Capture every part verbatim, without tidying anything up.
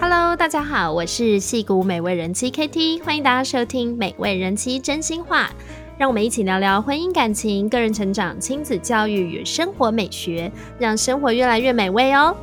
Hello， 大家好，我是矽谷美味人妻 K T， 欢迎大家收听美味人妻真心话，让我们一起聊聊婚姻感情、个人成长、亲子教育与生活美学，让生活越来越美味哦。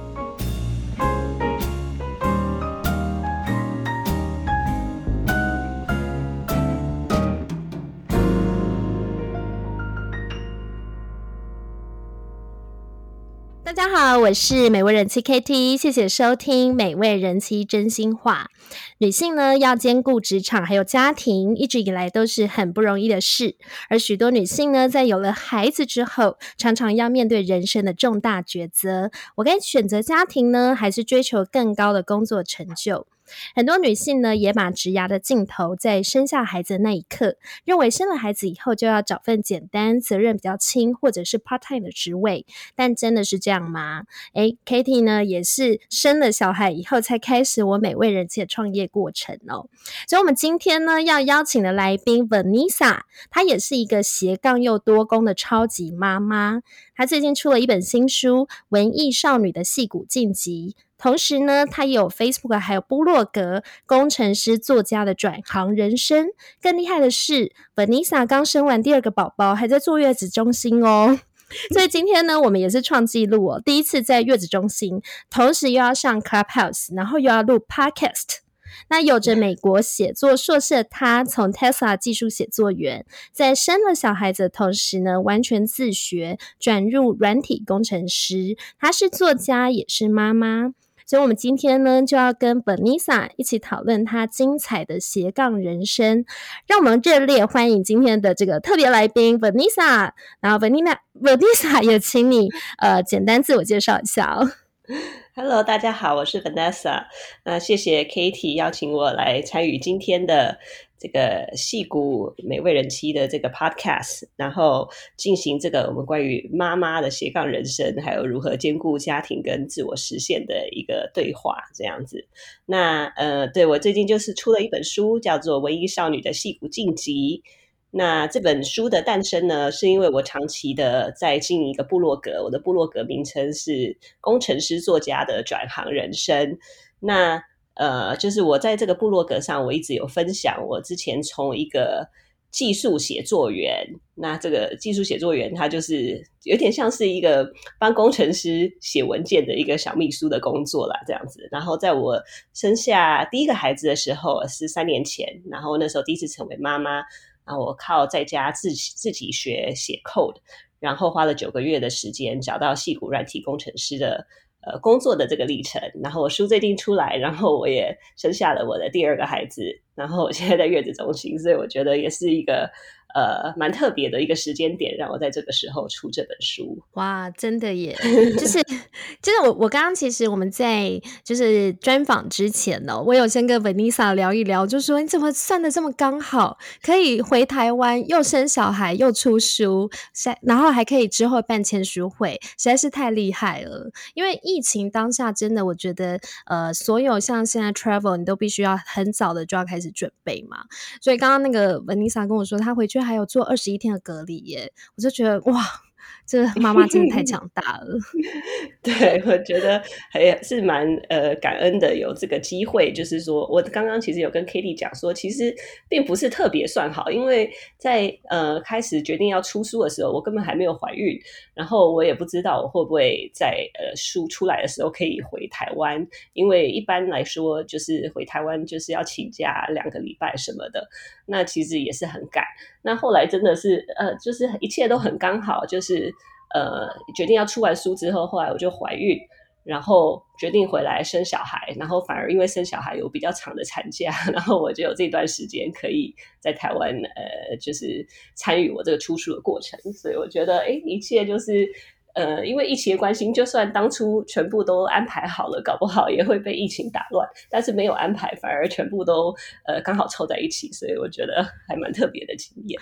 大家好，我是美味人妻 K T， 谢谢收听美味人妻真心话。女性呢，要兼顾职场还有家庭，一直以来都是很不容易的事。而许多女性呢，在有了孩子之后，常常要面对人生的重大抉择。我该选择家庭呢，还是追求更高的工作成就？很多女性呢，也把职涯的尽头在生下孩子的那一刻，认为生了孩子以后就要找份简单、责任比较轻或者是 part time 的职位，但真的是这样吗？诶 Katie 呢，也是生了小孩以后才开始我美味人妻的创业过程哦。所以我们今天呢，要邀请的来宾 Vanessa， 她也是一个斜杠又多工的超级妈妈。她最近出了一本新书《文艺少女的矽谷晋级》，同时呢，她也有 Facebook 还有部落格，工程师作家的转行人生。更厉害的是 Vanessa 刚生完第二个宝宝，还在坐月子中心哦。所以今天呢，我们也是创纪录哦，第一次在月子中心，同时又要上 Clubhouse， 然后又要录 Podcast。那有着美国写作硕士的他，从 Tesla 技术写作员，在生了小孩子的同时呢，完全自学转入软体工程师。他是作家，也是妈妈。所以我们今天呢，就要跟 Vanessa 一起讨论她精彩的斜杠人生。让我们热烈欢迎今天的这个特别来宾 Vanessa。然后 Vanessa, Vanessa 也请你呃简单自我介绍一下哦。 Hello， 大家好，我是 Vanessa。那谢谢 Katie 邀请我来参与今天的这个矽谷美味人妻的这个 podcast， 然后进行这个我们关于妈妈的斜杠人生，还有如何兼顾家庭跟自我实现的一个对话，这样子。那呃，对我最近就是出了一本书，叫做《文艺少女的矽谷晋级》。那这本书的诞生呢，是因为我长期的在经营一个部落格，我的部落格名称是工程师作家的转行人生。那呃，就是我在这个部落格上，我一直有分享我之前从一个技术写作员，那这个技术写作员他就是有点像是一个帮工程师写文件的一个小秘书的工作啦，这样子。然后在我生下第一个孩子的时候是三年前，然后那时候第一次成为妈妈，然后我靠在家自己自己学写 code， 然后花了九个月的时间找到矽谷软体工程师的呃工作的这个历程。然后我书最近出来，然后我也生下了我的第二个孩子，然后我现在在月子中心，所以我觉得也是一个呃蛮特别的一个时间点，让我在这个时候出这本书。 哇，真的耶！就是就是我我刚刚其实我们在就是专访之前呢、哦，我有先跟 Vanessa 聊一聊，就说你怎么算得这么刚好，可以回台湾又生小孩又出书，然后还可以之后办签书会，实在是太厉害了。因为疫情当下，真的我觉得呃，所有像现在 travel 你都必须要很早的就要开始准备嘛。所以刚刚那个 Vanessa 跟我说，她回去还有做二十一天的隔离耶，我就觉得哇。这妈妈真的太强大了。 对，我觉得还是蛮呃感恩的，有这个机会。就是说我刚刚其实有跟 Katie 讲说，其实并不是特别算好，因为在呃开始决定要出书的时候，我根本还没有怀孕，然后我也不知道我会不会在呃书出来的时候可以回台湾，因为一般来说就是回台湾就是要请假两个礼拜什么的，那其实也是很赶。那后来真的是呃，就是一切都很刚好，就是呃，决定要出完书之后，后来我就怀孕，然后决定回来生小孩，然后反而因为生小孩有比较长的产假，然后我就有这段时间可以在台湾呃，就是参与我这个出书的过程，所以我觉得诶，一切就是呃，因为疫情的关系，就算当初全部都安排好了，搞不好也会被疫情打乱，但是没有安排，反而全部都呃刚好凑在一起，所以我觉得还蛮特别的经验。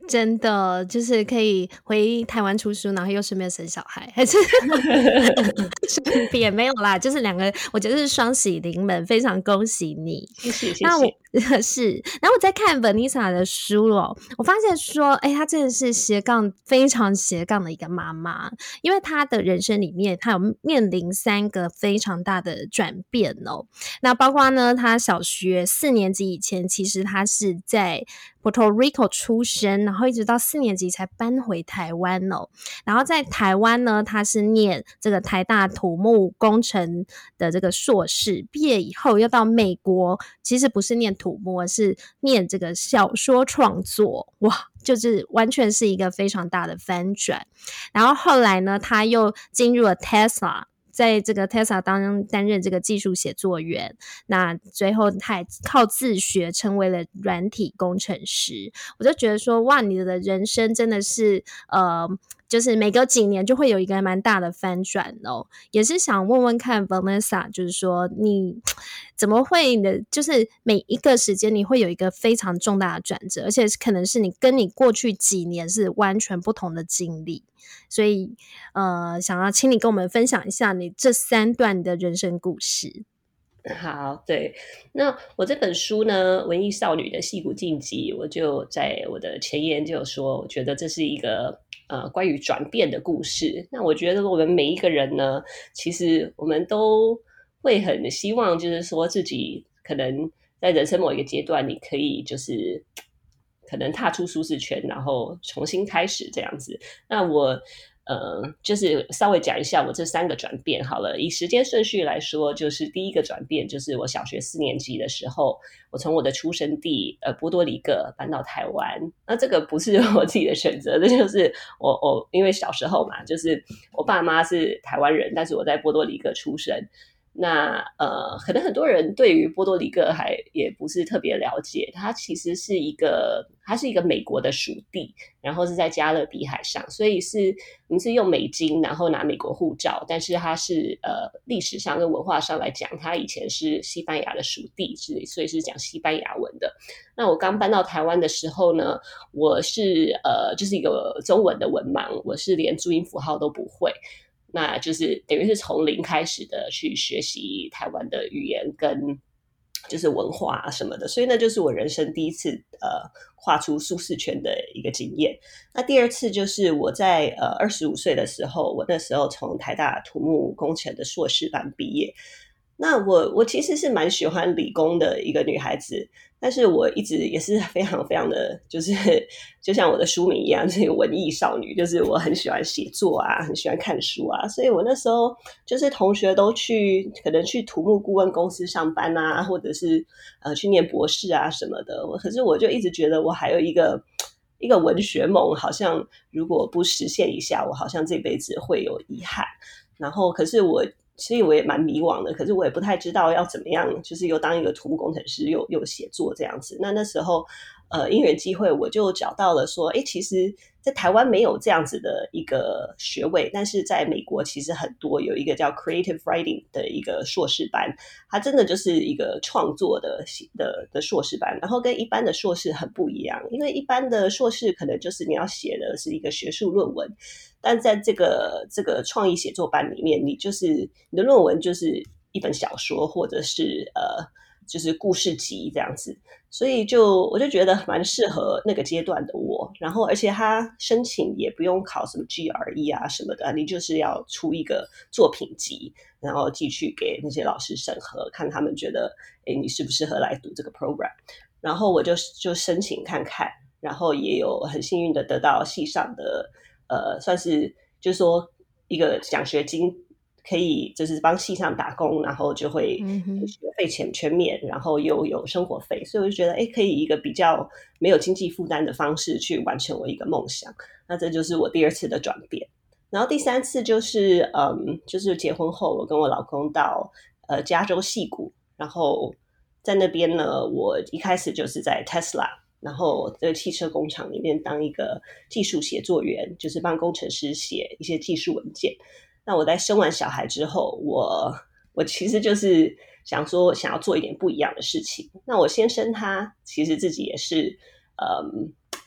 真的就是可以回台湾出书，然后又顺便生小孩，还是顺便没有啦，就是两个，我觉得是双喜临门，非常恭喜你。 谢谢谢那我谢。 是，然后我在看 Vanessa 的书哦，我发现说，哎，她真的是斜杠非常斜杠的一个妈妈，因为她的人生里面，她有面临三个非常大的转变哦。那包括呢，她小学四年级以前，其实她是在 Puerto Rico 出生，然后一直到四年级才搬回台湾哦。然后在台湾呢，她是念这个台大土木工程的这个硕士，毕业以后又到美国，其实不是念土木，而是念这个小说创作，哇，就是完全是一个非常大的翻转。然后后来呢，他又进入了 Tesla，在这个 Tesla 当担任这个技术写作员，那最后他也靠自学成为了软体工程师。我就觉得说，哇，你的人生真的是呃，就是每隔几年就会有一个蛮大的翻转哦。也是想问问看 Vanessa， 就是说你怎么会的，就是每一个时间你会有一个非常重大的转折，而且可能是你跟你过去几年是完全不同的经历。所以呃，想要请你跟我们分享一下你这三段的人生故事。 好，对，那我这本书呢，《文艺少女的矽谷晋级》，我就在我的前言就有说，我觉得这是一个呃关于转变的故事。那我觉得我们每一个人呢，其实我们都会很希望，就是说自己可能在人生某一个阶段，你可以就是可能踏出舒适圈，然后重新开始这样子。那我呃，就是稍微讲一下我这三个转变好了。以时间顺序来说，就是第一个转变就是我小学四年级的时候，我从我的出生地呃波多黎各搬到台湾。那这个不是我自己的选择，这就是我我因为小时候嘛，就是我爸妈是台湾人，但是我在波多黎各出生。那呃，可能很多人对于波多黎各还也不是特别了解，它其实是一个，它是一个美国的属地，然后是在加勒比海上，所以是我们是用美金，然后拿美国护照，但是它是呃历史上跟文化上来讲，它以前是西班牙的属地，是所以是讲西班牙文的。那我刚搬到台湾的时候呢，我是呃就是一个中文的文盲，我是连注音符号都不会。那就是等于是从零开始的去学习台湾的语言跟就是文化啊什么的，所以那就是我人生第一次呃跨出舒适圈的一个经验。那第二次就是我在呃二十五岁的时候，我那时候从台大土木工程的硕士班毕业。那我我其实是蛮喜欢理工的一个女孩子，但是我一直也是非常非常的，就是就像我的书名一样，是一个文艺少女，就是我很喜欢写作啊，很喜欢看书啊，所以我那时候就是同学都去可能去土木顾问公司上班啊，或者是呃去念博士啊什么的，可是我就一直觉得我还有一个一个文学梦，好像如果不实现一下，我好像这辈子会有遗憾。然后可是我所以我也蛮迷惘的，可是我也不太知道要怎么样，就是又当一个土木工程师，又又写作这样子。那那时候，呃，因缘机会，我就找到了说，哎，其实，在台湾没有这样子的一个学位，但是在美国其实很多，有一个叫 Creative Writing 的一个硕士班，它真的就是一个创作的的的硕士班，然后跟一般的硕士很不一样，因为一般的硕士可能就是你要写的是一个学术论文。但在这个这个创意写作班里面，你就是你的论文就是一本小说，或者是呃就是故事集这样子，所以就我就觉得蛮适合那个阶段的我。然后而且他申请也不用考什么 G R E 啊什么的，你就是要出一个作品集，然后寄去给那些老师审核，看他们觉得诶你适不适合来读这个 program。然后我就就申请看看，然后也有很幸运的得到系上的。呃，算是就是说一个奖学金，可以就是帮系上打工，然后就会学费全全免，然后又有生活费，所以我就觉得，哎，可以一个比较没有经济负担的方式去完成我一个梦想。那这就是我第二次的转变。然后第三次就是，嗯，就是结婚后，我跟我老公到呃加州矽谷，然后在那边呢，我一开始就是在 Tesla。然后在汽车工厂里面当一个技术写作员，就是帮工程师写一些技术文件。那我在生完小孩之后，我我其实就是想说想要做一点不一样的事情。那我先生他其实自己也是，嗯，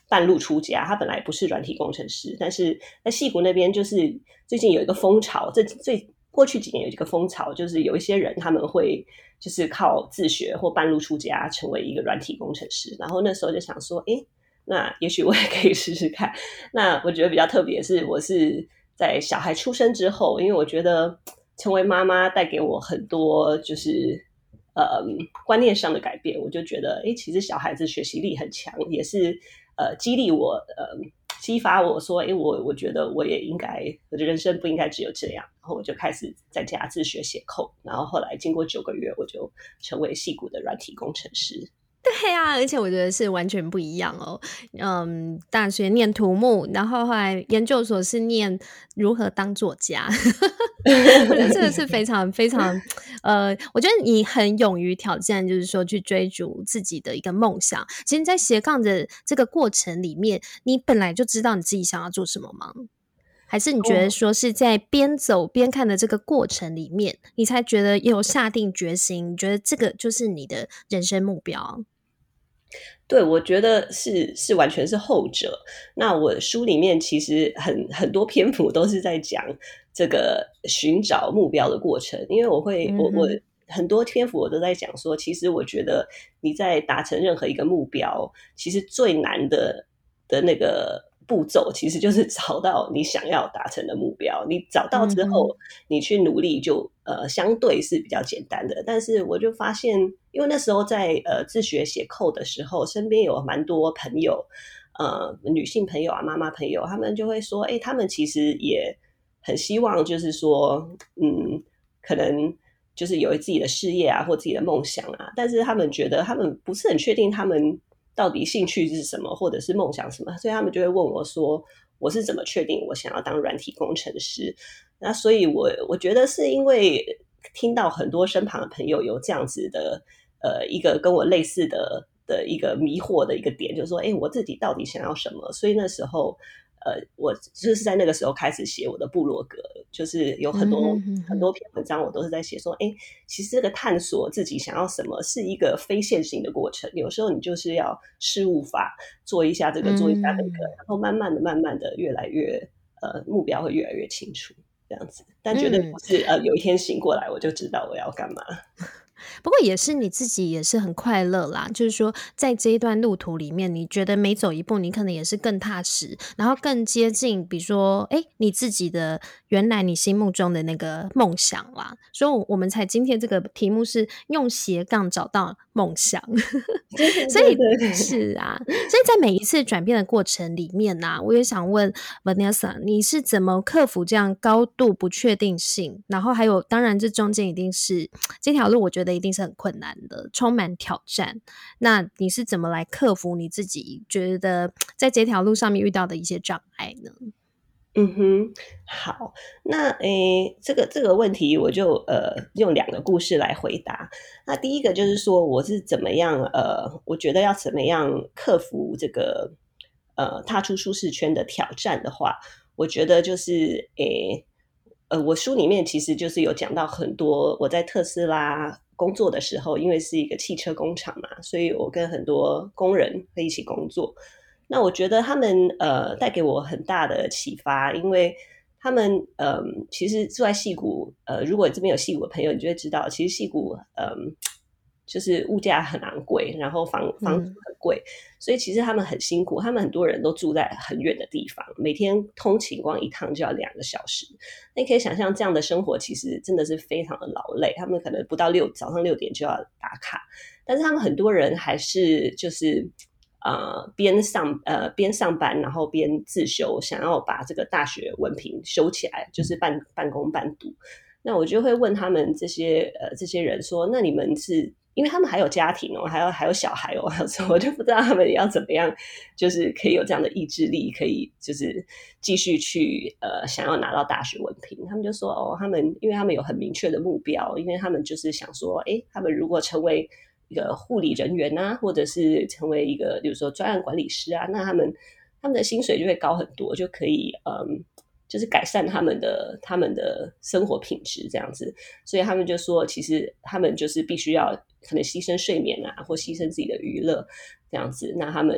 半路出家，他本来不是软体工程师，但是在矽谷那边就是最近有一个风潮，这最过去几年有一个风潮，就是有一些人他们会就是靠自学或半路出家成为一个软体工程师，然后那时候就想说，诶，那也许我也可以试试看。那我觉得比较特别的是，我是在小孩出生之后，因为我觉得成为妈妈带给我很多就是呃观念上的改变，我就觉得，诶，其实小孩子学习力很强，也是呃激励我，呃激发我说，诶，我我觉得我也应该，我的人生不应该只有这样。然后我就开始在家自学写 code， 然后后来经过九个月，我就成为矽谷的软体工程师。 对啊，而且我觉得是完全不一样哦。嗯，大学念土木，然后后来研究所是念如何当作家。我觉得这个是非常非常，呃，我觉得你很勇于挑战，就是说去追逐自己的一个梦想。其实在斜杠的这个过程里面，你本来就知道你自己想要做什么吗？还是你觉得说是在边走边看的这个过程里面，你才觉得有下定决心，你觉得这个就是你的人生目标？ 对，我觉得是是完全是后者。那我书里面其实很很多篇幅都是在讲这个寻找目标的过程，因为我会、嗯、我我很多篇幅我都在讲说，其实我觉得你在达成任何一个目标，其实最难的的那个步骤其实就是找到你想要达成的目标，你找到之后、嗯、你去努力就呃相对是比较简单的。但是我就发现，因为那时候在呃自学写code的时候，身边有蛮多朋友，呃女性朋友啊，妈妈朋友，他们就会说，哎，他们其实也很希望就是说嗯可能就是有自己的事业啊或自己的梦想啊，但是他们觉得他们不是很确定他们到底兴趣是什么或者是梦想什么，所以他们就会问我说，我是怎么确定我想要当软体工程师。那所以我我觉得是因为听到很多身旁的朋友有这样子的呃一个跟我类似的的一个迷惑的一个点，就是说，哎，我自己到底想要什么？所以那时候呃，我就是在那个时候开始写我的部落格，就是有很多、嗯、哼哼很多篇文章，我都是在写说，哎，其实这个探索自己想要什么是一个非线性的过程，有时候你就是要事物法做一下这个，做一下那个，然后慢慢的、慢慢的，越来越呃，目标会越来越清楚，这样子。但绝对不是、嗯、呃，有一天醒过来我就知道我要干嘛。 不过也是你自己也是很快乐啦，就是说在这一段路途里面，你觉得每走一步你可能也是更踏实，然后更接近比如说诶你自己的原来你心目中的那个梦想啦，所以我们才今天这个题目是用斜杠找到梦想。所以是啊，所以在每一次转变的过程里面啊，我也想问 Vanessa， 你是怎么克服这样高度不确定性，然后还有当然这中间一定是这条路我觉得一定是很困难的，充满挑战，那你是怎么来克服你自己觉得在这条路上面遇到的一些障碍呢？ 嗯哼，好，那诶，这个这个问题我就呃用两个故事来回答。那第一个就是说，我是怎么样呃，我觉得要怎么样克服这个呃踏出舒适圈的挑战的话，我觉得就是诶呃，我书里面其实就是有讲到很多我在特斯拉工作的时候，因为是一个汽车工厂嘛，所以我跟很多工人会一起工作。那我觉得他们呃带给我很大的启发，因为他们嗯、呃、其实住在矽谷，呃如果这边有矽谷的朋友，你就会知道，其实矽谷嗯、呃、就是物价很昂贵，然后房房租很贵、嗯，所以其实他们很辛苦，他们很多人都住在很远的地方，每天通勤光一趟就要两个小时。那你可以想象这样的生活其实真的是非常的劳累，他们可能不到六早上六点就要打卡，但是他们很多人还是就是呃，边上呃边上班，然后边自修，想要把这个大学文凭修起来，就是半半工半读。那我就会问他们这些呃这些人说，那你们是因为他们还有家庭哦，还有还有小孩哦，我就不知道他们要怎么样，就是可以有这样的意志力，可以就是继续去呃想要拿到大学文凭。他们就说哦，他们因为他们有很明确的目标，因为他们就是想说，哎，他们如果成为一个护理人员啊，或者是成为一个比如说专案管理师啊，那他们他们的薪水就会高很多，就可以嗯，就是改善他们的他们的生活品质这样子。所以他们就说，其实他们就是必须要可能牺牲睡眠啊，或牺牲自己的娱乐这样子。那他们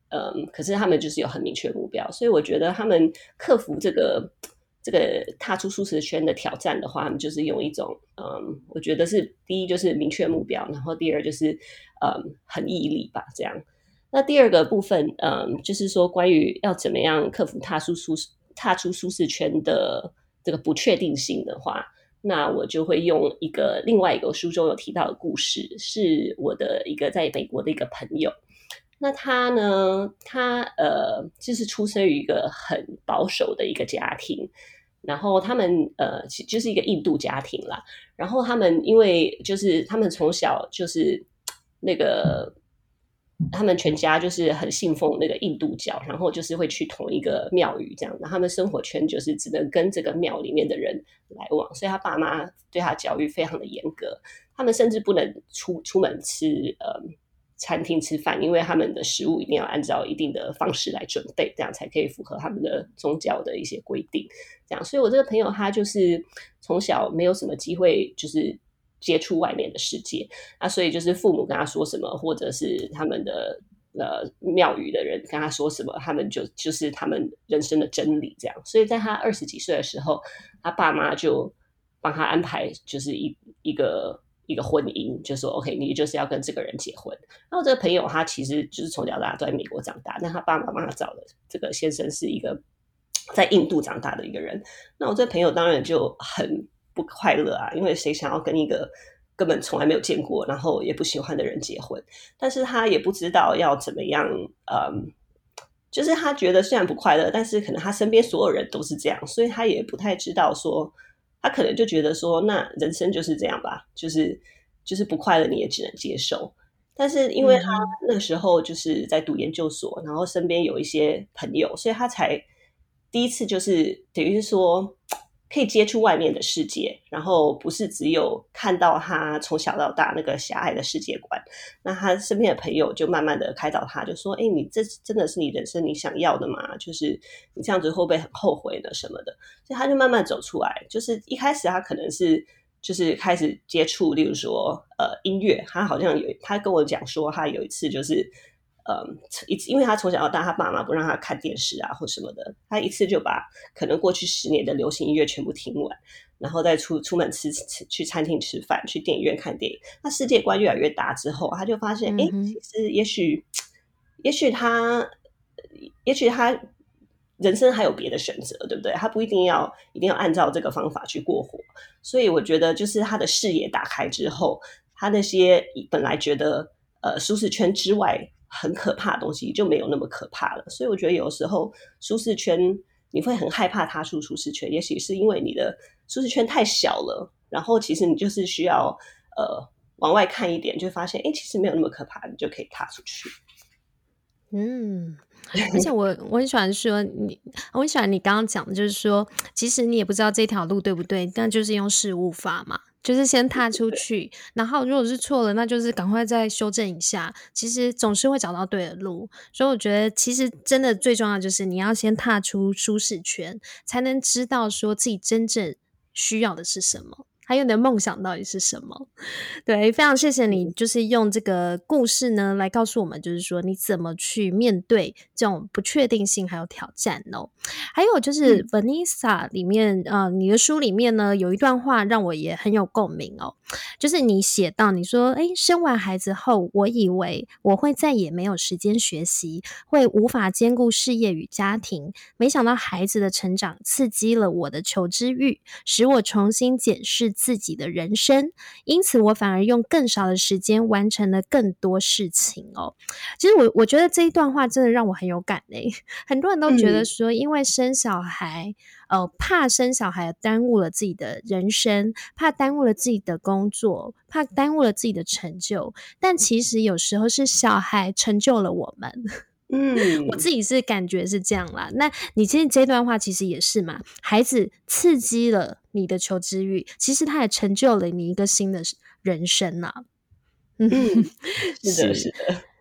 嗯，可是他们就是有很明确的目标，所以我觉得他们克服这个这个踏出舒适圈的挑战的话，他们就是用一种嗯，我觉得是第一就是明确目标，然后第二就是嗯很毅力吧，这样。那第二个部分，嗯，就是说关于要怎么样克服踏出舒适踏出舒适圈的这个不确定性的话，那我就会用一个另外一个书中有提到的故事，是我的一个在美国的一个朋友。那他呢，他呃，就是出生于一个很保守的一个家庭，然后他们呃，其就是一个印度家庭啦。然后他们因为就是他们从小就是那个。他们全家就是很信奉那个印度教，然后就是会去同一个庙宇这样，然后他们生活圈就是只能跟这个庙里面的人来往，所以他爸妈对他教育非常的严格，他们甚至不能出出门吃呃餐厅吃饭，因为他们的食物一定要按照一定的方式来准备，这样才可以符合他们的宗教的一些规定。这样，所以我这个朋友他就是从小没有什么机会，就是接触外面的世界啊，所以就是父母跟他说什么，或者是他们的呃庙宇的人跟他说什么，他们就就是他们人生的真理这样。所以在他二十几岁的时候，他爸妈就帮他安排就是一一个一个婚姻，就说 OK， 你就是要跟这个人结婚。然后这个朋友他其实就是从小到大都在美国长大，但他爸妈帮他找的这个先生是一个在印度长大的一个人。那我这个朋友当然就很不快乐啊，因为谁想要跟一个根本从来没有见过，然后也不喜欢的人结婚？但是他也不知道要怎么样，嗯，就是他觉得虽然不快乐，但是可能他身边所有人都是这样，所以他也不太知道说，他可能就觉得说，那人生就是这样吧，就是就是不快乐你也只能接受。但是因为他那个时候就是在读研究所，然后身边有一些朋友，所以他才第一次就是等于是说可以接触外面的世界，然后不是只有看到他从小到大那个狭隘的世界观。那他身边的朋友就慢慢的开导他，就说：“哎，你这真的是你人生你想要的吗？就是你这样子会不会很后悔呢？什么的？”所以他就慢慢走出来。就是一开始他可能是就是开始接触，例如说呃音乐，他好像有他跟我讲说，他有一次就是。嗯，因为他从小到大，他爸妈不让他看电视啊或什么的，他一次就把可能过去十年的流行音乐全部听完，然后再出出门吃吃去餐厅吃饭，去电影院看电影。他世界观越来越大之后，他就发现，哎、嗯，其实也许，也许他，也许他人生还有别的选择，对不对？他不一定要一定要按照这个方法去过活。所以我觉得，就是他的视野打开之后，他那些本来觉得呃舒适圈之外很可怕的东西就没有那么可怕了。所以我觉得有时候舒适圈你会很害怕踏出舒适圈，也许是因为你的舒适圈太小了，然后其实你就是需要呃往外看一点，就发现哎，其实没有那么可怕，你就可以踏出去。 嗯，而且我我很喜欢说你，我很喜欢你刚刚讲的，就是说，其实你也不知道这条路对不对，但就是用事物法嘛，就是先踏出去，然后如果是错了，那就是赶快再修正一下，其实总是会找到对的路。所以我觉得，其实真的最重要就是你要先踏出舒适圈，才能知道说自己真正需要的是什么。还有你的梦想到底是什么？对，非常谢谢你，就是用这个故事呢来告诉我们，就是说你怎么去面对这种不确定性还有挑战哦。还有就是《Vanessa》里面，呃，你的书里面呢有一段话让我也很有共鸣哦，就是你写到你说，诶，生完孩子后，我以为我会再也没有时间学习，会无法兼顾事业与家庭，没想到孩子的成长刺激了我的求知欲，使我重新检视自己的人生，因此我反而用更少的时间完成了更多事情哦。其实我我觉得这一段话真的让我很有感诶，很多人都觉得说因为生小孩、嗯、呃，怕生小孩耽误了自己的人生，怕耽误了自己的工作，怕耽误了自己的成就，但其实有时候是小孩成就了我们。嗯，我自己是感觉是这样啦。那你其实这段话其实也是嘛，孩子刺激了你的求知欲，其实他也成就了你一个新的人生啊。 嗯，是的，是的。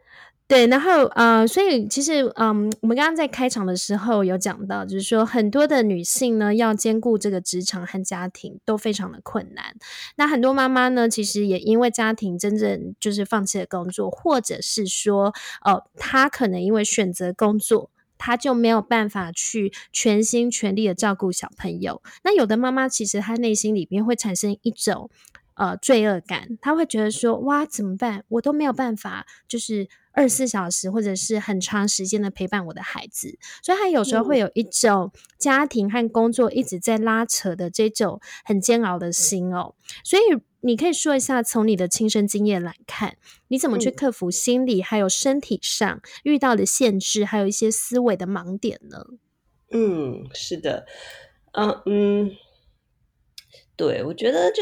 对，然后呃，所以其实嗯，我们刚刚在开场的时候有讲到，就是说很多的女性呢，要兼顾这个职场和家庭都非常的困难。那很多妈妈呢，其实也因为家庭真正就是放弃了工作，或者是说呃，她可能因为选择工作，她就没有办法去全心全力的照顾小朋友。那有的妈妈其实她内心里面会产生一种呃罪恶感，她会觉得说哇怎么办，我都没有办法就是二十四小时或者是很长时间的陪伴我的孩子，所以她有时候会有一种家庭和工作一直在拉扯的这种很煎熬的心哦。所以你可以说一下，从你的亲身经验来看，你怎么去克服心理还有身体上遇到的限制，还有一些思维的盲点呢？ 嗯，是的，嗯嗯，对，我觉得就是，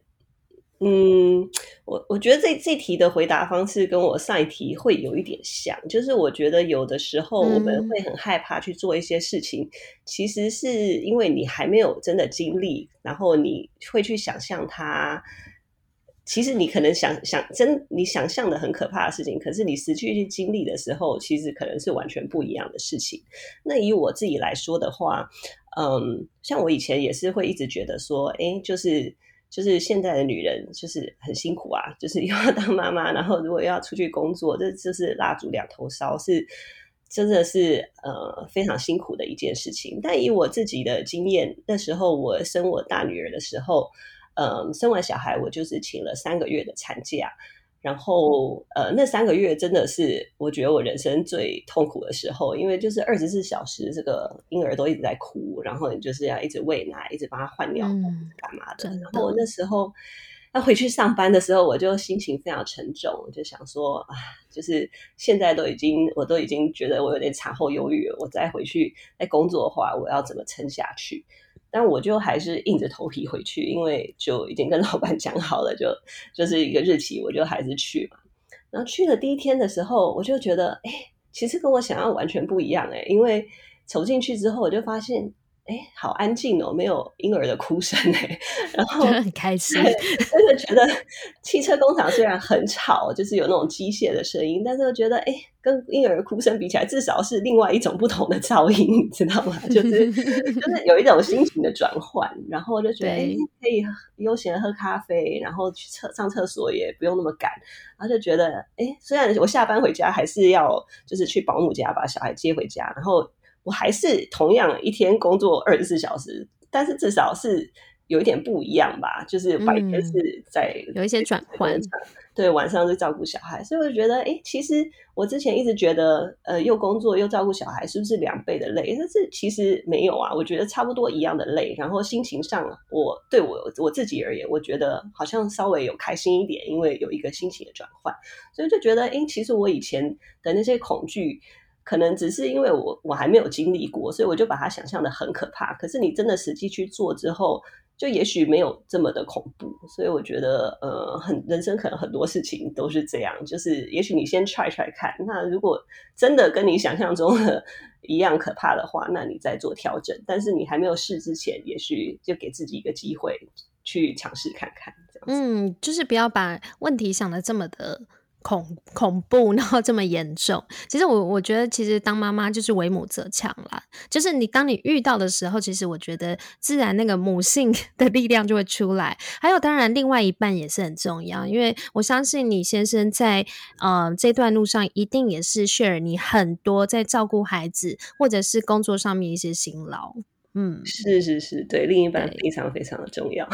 嗯，我我觉得这这题的回答方式跟我上一题会有一点像，就是我觉得有的时候我们嗯会很害怕去做一些事情，其实是因为你还没有真的经历，然后你会去想象它。其实你可能想想真你想象的很可怕的事情，可是你实际去经历的时候，其实可能是完全不一样的事情。那以我自己来说的话，嗯，像我以前也是会一直觉得说，哎，就是就是现在的女人就是很辛苦啊，就是又要当妈妈，然后如果要出去工作，这就是蜡烛两头烧，是真的是呃非常辛苦的一件事情。但以我自己的经验，那时候我生我大女儿的时候，嗯，生完小孩我就是请了三个月的产假。然后，呃，那三个月真的是我觉得我人生最痛苦的时候，因为就是二十四小时这个婴儿都一直在哭，然后你就是要一直喂奶，一直帮他换尿布， 嗯， 干嘛的。 真然后我那的， 时候要回去上班的时候，我就心情非常沉重，我就想说啊，就是现在都已经，我都已经觉得我有点产后忧郁了，我再回去再工作的话，我要怎么撑下去？但我就还是硬着头皮回去，因为就已经跟老板讲好了，就就是一个日期，我就还是去嘛。然后去了第一天的时候，我就觉得，哎，其实跟我想象完全不一样哎，因为走进去之后，我就发现，哎，好安静哦，没有婴儿的哭声哎，然后觉得很开心。 对，真的觉得汽车工厂虽然很吵，就是有那种机械的声音，但是我觉得，哎，跟婴儿哭声比起来，至少是另外一种不同的噪音，你知道吗？就是就是有一种心情的转换，然后就觉得，哎， 对， 可以悠闲地喝咖啡，然后去厕上厕所也不用那么赶，然后就觉得，哎，虽然我下班回家还是要就是去保姆家把小孩接回家，然后我还是同样一天工作二十四小时，但是至少是有一点不一样吧，就是白天嗯， 是在有一些转换。 工厂，对，晚上是照顾小孩，所以我就觉得，哎，其实我之前一直觉得，呃，又工作又照顾小孩，是不是两倍的累？但是其实没有啊，我觉得差不多一样的累。然后心情上，我对我我自己而言，我觉得好像稍微有开心一点，因为有一个心情的转换，所以就觉得，哎，其实我以前的那些恐惧。可能只是因为我我还没有经历过，所以我就把它想象的很可怕。可是你真的实际去做之后，就也许没有这么的恐怖。所以我觉得，呃，很人生可能很多事情都是这样，就是也许你先 try try 看，那如果真的跟你想象中的一样可怕的话，那你再做调整。但是你还没有试之前，也许就给自己一个机会去尝试看看，这样子。 嗯，就是不要把问题想得这么的恐恐怖，然后这么严重。其实我我觉得，其实当妈妈就是为母则强啦。就是你当你遇到的时候，其实我觉得自然那个母性的力量就会出来。还有，当然另外一半也是很重要，因为我相信你先生在呃这段路上一定也是 share 你很多在照顾孩子或者是工作上面一些辛劳。嗯， 是是是，对，另一半对。 非常非常的重要。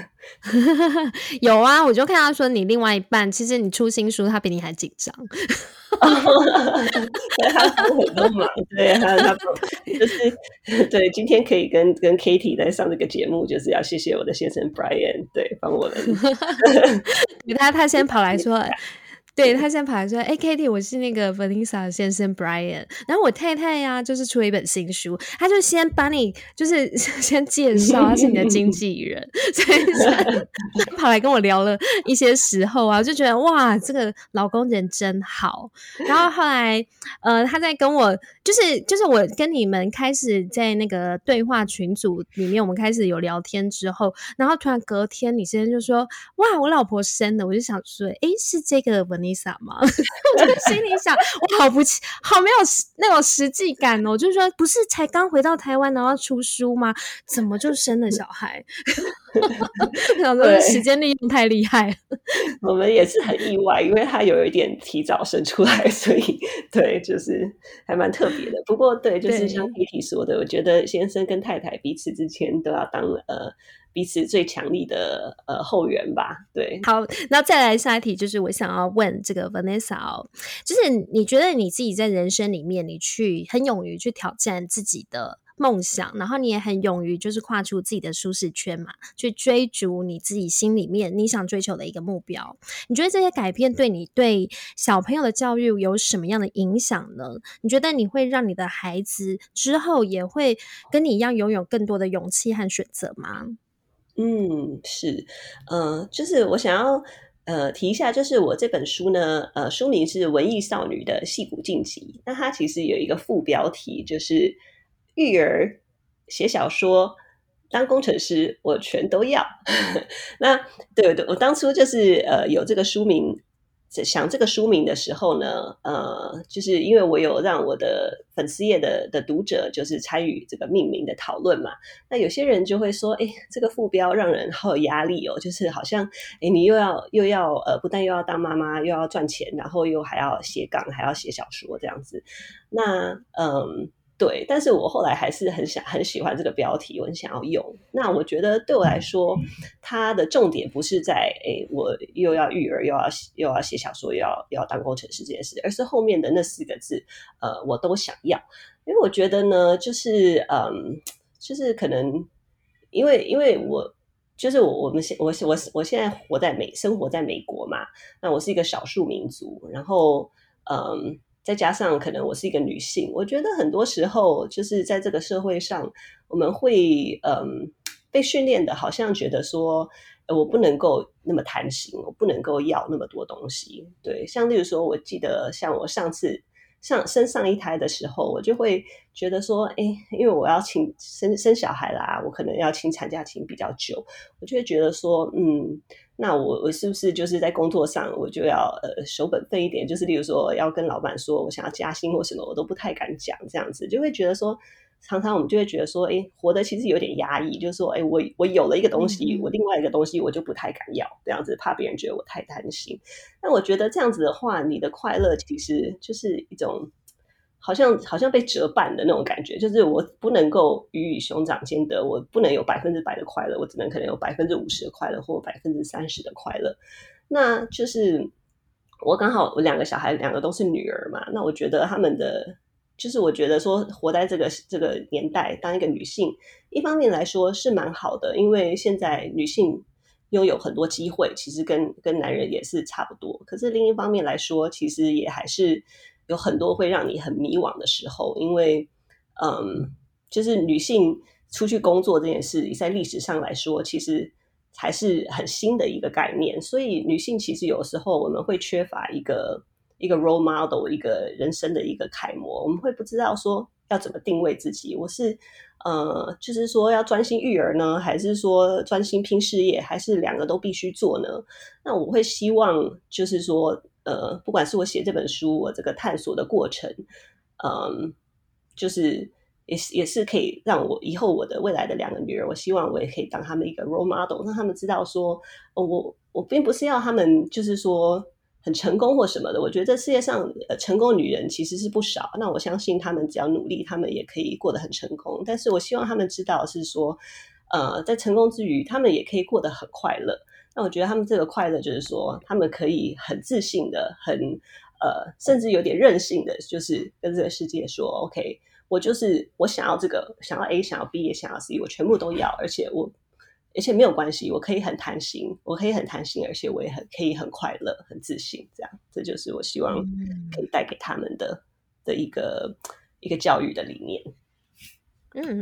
有啊，我就看他说你另外一半，其实你出新书，他比你还紧张。 对，他帮很多忙，对，他他帮就是对，今天可以跟跟 Katie 来上这个节目，就是要谢谢我的先生 Brian，对，帮我们他他先跑来说，对，他先跑来说：“哎 Katie 我是那个 Vanessa 先生 Brian，然后我太太呀，就是出了一本新书，他就先把你就是先介绍，他是你的经纪人，所以是他跑跑来跟我聊了一些时候啊，我就觉得哇，这个老公人真好。然后后来呃，他在跟我就是就是我跟你们开始在那个对话群组里面，我们开始有聊天之后，然后突然隔天你先生就说哇，我老婆生的，我就想说诶，是这个 Vanessa 吗？我就心里想我好不好没有那种实际感哦，就是说不是才刚回到台湾然后出书吗？怎么就生了小孩？我想说时间利用太厉害了。 我们也是很意外，因为他有一点提早生出来，所以对，就是还蛮特别的。不过对，就是像 Kitty 说的，我觉得先生跟太太彼此之间都要当呃彼此最强力的呃后援吧。对， 好，那再来下一题，就是我想要问这个 Vanessa 哦，就是你觉得你自己在人生里面，你去很勇于去挑战自己的梦想，然后你也很勇于就是跨出自己的舒适圈嘛，去追逐你自己心里面你想追求的一个目标。你觉得这些改变对你对小朋友的教育有什么样的影响呢？你觉得你会让你的孩子之后也会跟你一样拥有更多的勇气和选择吗？ 嗯，是，呃，就是我想要呃提一下，就是我这本书呢，呃，书名是《文艺少女的矽谷晋级》，那它其实有一个副标题，就是育儿、写小说、当工程师，我全都要。那对对，我当初就是呃有这个书名。想这个书名的时候呢，呃，就是因为我有让我的粉丝页的的读者就是参与这个命名的讨论嘛，那有些人就会说，哎，这个副标让人好有压力哦，就是好像，哎，你又要又要呃，不但又要当妈妈，又要赚钱，然后又还要写稿，还要写小说这样子。那嗯，对，但是我后来还是很想很喜欢这个标题，我很想要用。那我觉得对我来说，它的重点不是在哎，我又要育儿，又要又要写小说，又要又要当工程师这件事，而是后面的那四个字，呃，我都想要。因为我觉得呢，就是嗯，就是可能因为因为我就是我我们现我我我现在活在美生活在美国嘛，那我是一个少数民族，然后嗯，再加上可能我是一个女性，我觉得很多时候就是在这个社会上，我们会嗯被训练的，好像觉得说。我不能够那么贪心，我不能够要那么多东西。对，像例如说，我记得像我上次上生上一胎的时候，我就会觉得说，哎，因为我要请生生小孩啦，我可能要请产假请比较久，我就会觉得说，嗯，那我我是不是就是在工作上我就要呃守本分一点？就是例如说要跟老板说我想要加薪或什么，我都不太敢讲，这样子就会觉得说。常常我们就会觉得说，哎，活得其实有点压抑，就是说，哎，我我有了一个东西， 嗯我另外一个东西我就不太敢要，这样子怕别人觉得我太贪心。但我觉得这样子的话，你的快乐其实就是一种好像好像被折半的那种感觉，就是我不能够鱼与熊掌兼得，我不能有百分之百的快乐，我只能可能有百分之五十的快乐或百分之三十的快乐。那就是我刚好我两个小孩，两个都是女儿嘛，那我觉得他们的。就是我觉得说，活在这个这个年代，当一个女性，一方面来说是蛮好的，因为现在女性拥有很多机会，其实跟跟男人也是差不多。可是另一方面来说，其实也还是有很多会让你很迷惘的时候，因为嗯，就是女性出去工作这件事，在历史上来说，其实还是很新的一个概念。所以女性其实有时候我们会缺乏一个。一个 role model， 一个人生的一个楷模，我们会不知道说要怎么定位自己。我是呃，就是说要专心育儿呢，还是说专心拼事业，还是两个都必须做呢？那我会希望就是说，呃，不管是我写这本书，我这个探索的过程，嗯，就是也是也是可以让我以后我的未来的两个女儿，我希望我也可以当他们一个 role model，让他们知道说，哦，我我并不是要他们就是说。很成功或什么的，我觉得这世界上呃成功的女人其实是不少。那我相信她们只要努力，她们也可以过得很成功。但是我希望她们知道是说，呃，在成功之余，她们也可以过得很快乐。那我觉得她们这个快乐就是说，她们可以很自信的，很呃，甚至有点任性的，就是跟这个世界说 ，OK，我就是我想要这个，想要 A，想要 B，也想要 C，我全部都要，而且我。而且没有关系，我可以很贪心，我可以很贪心，而且我也很可以很快乐、很自信，这样，这就是我希望可以带给他们的的一个一个教育的理念。 嗯，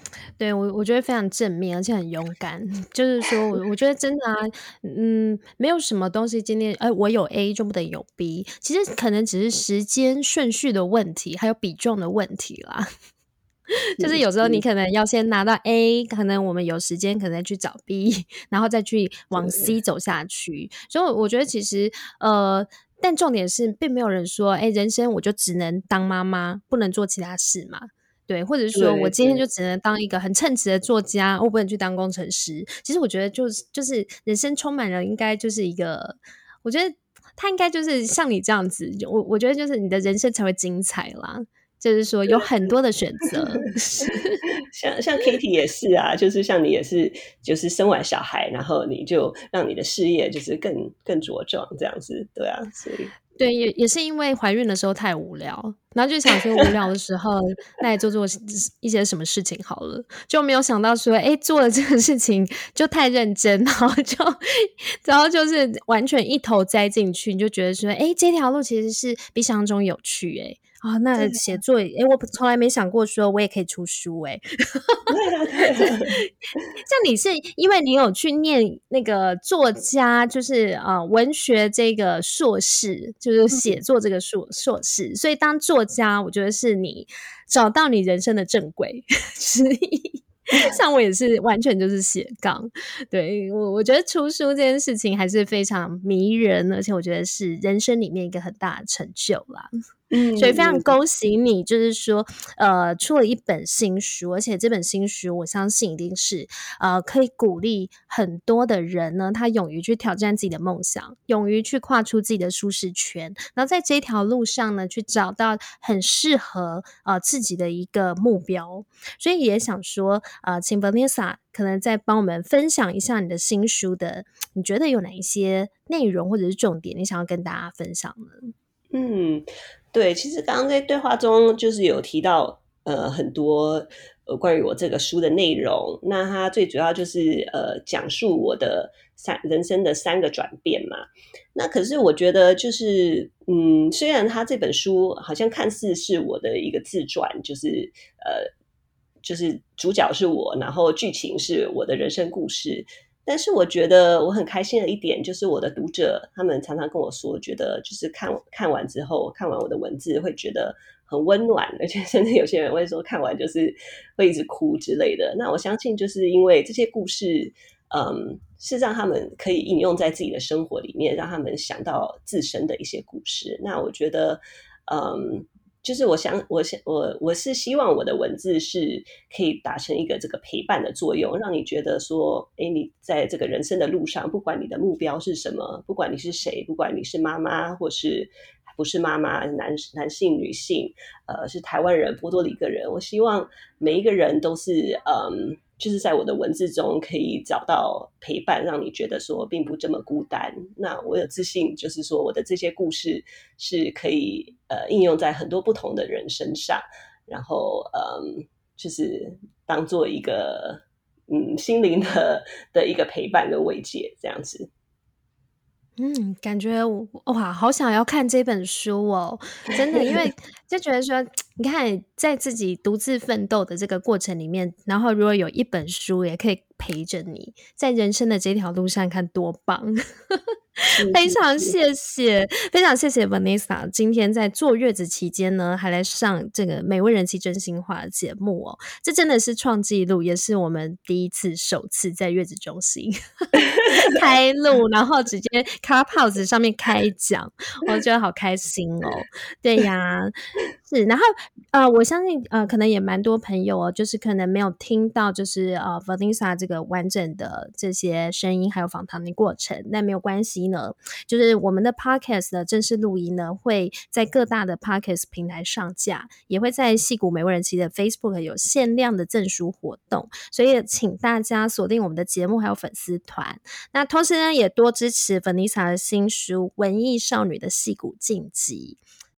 对，我我觉得非常正面，而且很勇敢。就是说我我觉得真的啊，嗯，没有什么东西今天，哎，我有 A 就不得有 B，其实可能只是时间顺序的问题，还有比重的问题啦。就是有时候你可能要先拿到 A， 可能我们有时间可能再去找 B， 然后再去往 C 走下去。所以我觉得其实呃，但重点是并没有人说，哎，人生我就只能当妈妈，不能做其他事嘛。对，或者是说我今天就只能当一个很称职的作家，我不能去当工程师。其实我觉得就是就是人生充满了应该就是一个，我觉得他应该就是像你这样子，我我觉得就是你的人生才会精彩啦。就是说有很多的选择。 像像 Katie 也是啊，就是像你也是，就是生完小孩，然后你就让你的事业就是更更茁壮这样子，对啊，所以对，也也是因为怀孕的时候太无聊，然后就想说无聊的时候，那也做做一些什么事情好了，就没有想到说，哎，做了这个事情就太认真，然后就然后就是完全一头栽进去，你就觉得说，哎，这条路其实是比想象中有趣，哎。啊，那写作，哎，我从来没想过说我也可以出书，哎。 对啊，对啊。 像你是因为你有去念那个作家，就是呃文学这个硕士，就是写作这个硕硕士，所以当作家，我觉得是你找到你人生的正轨之一。像我也是完全就是斜杠，对，我我觉得出书这件事情还是非常迷人，而且我觉得是人生里面一个很大的成就啦。 嗯， 所以非常恭喜你，就是说，呃，出了一本新书，而且这本新书我相信一定是，呃，可以鼓励很多的人呢，他勇于去挑战自己的梦想，勇于去跨出自己的舒适圈，然后在这条路上呢，去找到很适合呃自己的一个目标。所以也想说，呃，请 Vanessa 可能再帮我们分享一下你的新书的，你觉得有哪一些内容或者是重点，你想要跟大家分享呢？ 嗯，对，其实刚刚在对话中就是有提到呃很多呃关于我这个书的内容，那它最主要就是呃讲述我的三人生的三个转变嘛。那可是我觉得就是嗯，虽然它这本书好像看似是我的一个自传，就是呃就是主角是我，然后剧情是我的人生故事。但是我觉得我很开心的一点，就是我的读者他们常常跟我说，觉得就是看看完之后，看完我的文字会觉得很温暖，而且甚至有些人会说看完就是会一直哭之类的。那我相信就是因为这些故事，嗯，是让他们可以应用在自己的生活里面，让他们想到自身的一些故事。那我觉得，嗯。就是我想，我想，我我是希望我的文字是可以达成一个这个陪伴的作用，让你觉得说，哎，你在这个人生的路上，不管你的目标是什么，不管你是谁，不管你是妈妈或是不是妈妈，男男性、女性，呃，是台湾人、波多黎各人，我希望每一个人都是，嗯。就是在我的文字中可以找到陪伴，让你觉得说并不这么孤单。那我有自信，就是说我的这些故事是可以呃应用在很多不同的人身上，然后嗯，就是当做一个嗯心灵的的一个陪伴跟慰藉这样子。 嗯，感觉哇，好想要看这本书哦！真的，因为就觉得说，你看在自己独自奋斗的这个过程里面，然后如果有一本书也可以陪着你在人生的这条路上，看多棒！非常谢谢，非常谢谢 Vanessa 今天在坐月子期间呢，还来上这个美味人妻真心话的节目哦，这真的是创纪录，也是我们第一次首次在月子中心开录，然后直接 Clubhouse 上面开讲，我觉得好开心哦。对呀，是，然后呃，我相信呃，可能也蛮多朋友哦，就是可能没有听到，就是呃 Vanessa 这个完整的这些声音还有访谈的过程，但没有关系呢，就是我们的 Podcast 的正式录音呢，会在各大的 Podcast 平台上架，也会在矽谷美味人妻的 Facebook 有限量的赠书活动，所以请大家锁定我们的节目还有粉丝团。那同时呢，也多支持 Vanessa 的新书《文艺少女的矽谷禁忌》。